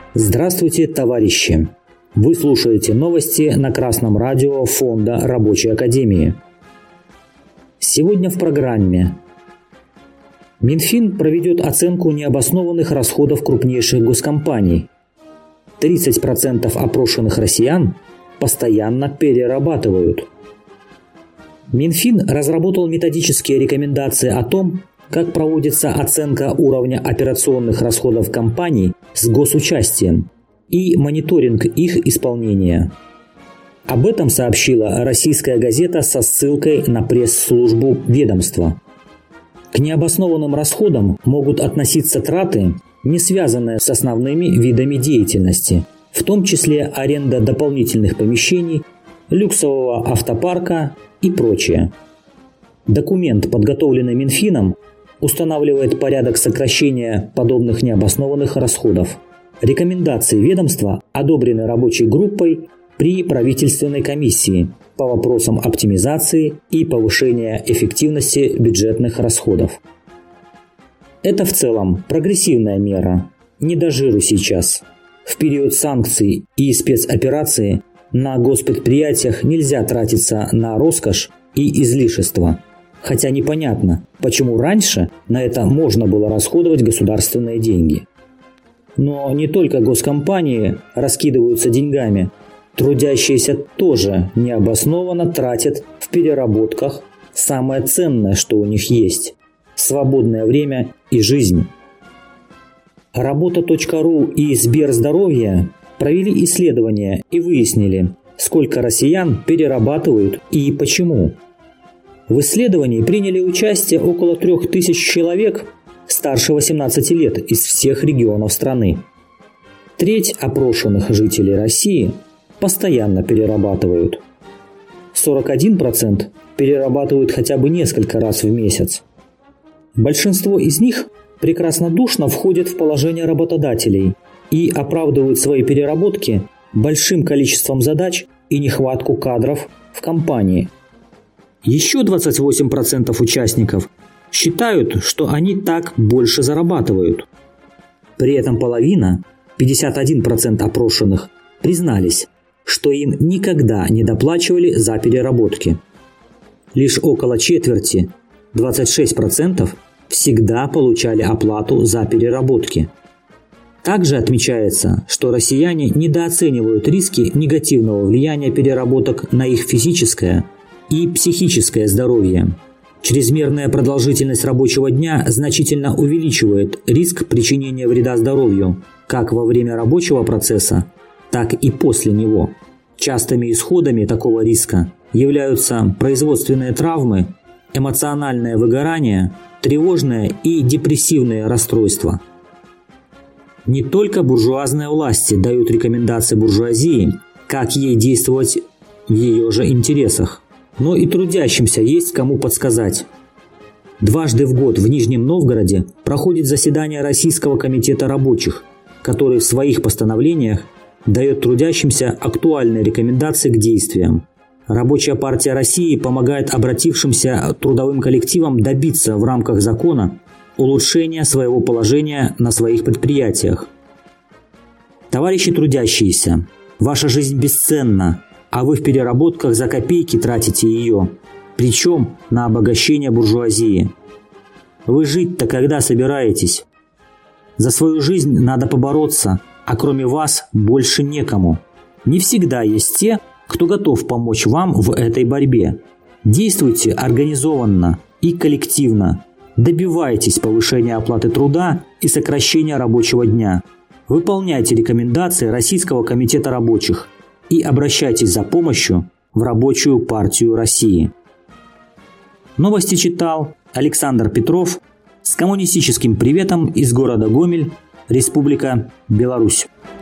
Здравствуйте, товарищи! Вы слушаете новости на Красном радио Фонда Рабочей Академии. Сегодня в программе. Минфин проведет оценку необоснованных расходов крупнейших госкомпаний. 30% опрошенных россиян постоянно перерабатывают. Минфин разработал методические рекомендации о том, как проводится оценка уровня операционных расходов компаний с госучастием и мониторинг их исполнения. Об этом сообщила российская газета со ссылкой на пресс-службу ведомства. К необоснованным расходам могут относиться траты, не связанные с основными видами деятельности, в том числе аренда дополнительных помещений, люксового автопарка и прочее. Документ, подготовленный Минфином, устанавливает порядок сокращения подобных необоснованных расходов. Рекомендации ведомства одобрены рабочей группой при правительственной комиссии по вопросам оптимизации и повышения эффективности бюджетных расходов. Это в целом прогрессивная мера. Не до жиру сейчас. В период санкций и спецоперации на госпредприятиях нельзя тратиться на роскошь и излишества. Хотя непонятно, почему раньше на это можно было расходовать государственные деньги. Но не только госкомпании раскидываются деньгами, трудящиеся тоже необоснованно тратят в переработках самое ценное, что у них есть – свободное время и жизнь. Работа.ру и Сберздоровье провели исследования и выяснили, сколько россиян перерабатывают и почему. В исследовании приняли участие около 3000 человек старше 18 лет из всех регионов страны. Треть опрошенных жителей России постоянно перерабатывают. 41% перерабатывают хотя бы несколько раз в месяц. Большинство из них прекраснодушно входят в положение работодателей и оправдывают свои переработки большим количеством задач и нехватку кадров в компании. Еще 28% участников считают, что они так больше зарабатывают. При этом половина, 51% опрошенных, признались, что им никогда не доплачивали за переработки. Лишь около четверти, 26%, всегда получали оплату за переработки. Также отмечается, что россияне недооценивают риски негативного влияния переработок на их физическое и психическое здоровье. Чрезмерная продолжительность рабочего дня значительно увеличивает риск причинения вреда здоровью как во время рабочего процесса, так и после него. Частыми исходами такого риска являются производственные травмы, эмоциональное выгорание, тревожные и депрессивные расстройства. Не только буржуазные власти дают рекомендации буржуазии, как ей действовать в ее же интересах, но и трудящимся есть кому подсказать. Дважды в год в Нижнем Новгороде проходит заседание Российского комитета рабочих, который в своих постановлениях дает трудящимся актуальные рекомендации к действиям. Рабочая партия России помогает обратившимся трудовым коллективам добиться в рамках закона улучшения своего положения на своих предприятиях. Товарищи трудящиеся, ваша жизнь бесценна, а вы в переработках за копейки тратите ее, причем на обогащение буржуазии. Вы жить-то когда собираетесь? За свою жизнь надо побороться, а кроме вас больше некому. Не всегда есть те, кто готов помочь вам в этой борьбе. Действуйте организованно и коллективно. Добивайтесь повышения оплаты труда и сокращения рабочего дня. Выполняйте рекомендации Российского комитета рабочих и обращайтесь за помощью в Рабочую партию России. Новости читал Александр Петров с коммунистическим приветом из города Гомель, Республика Беларусь.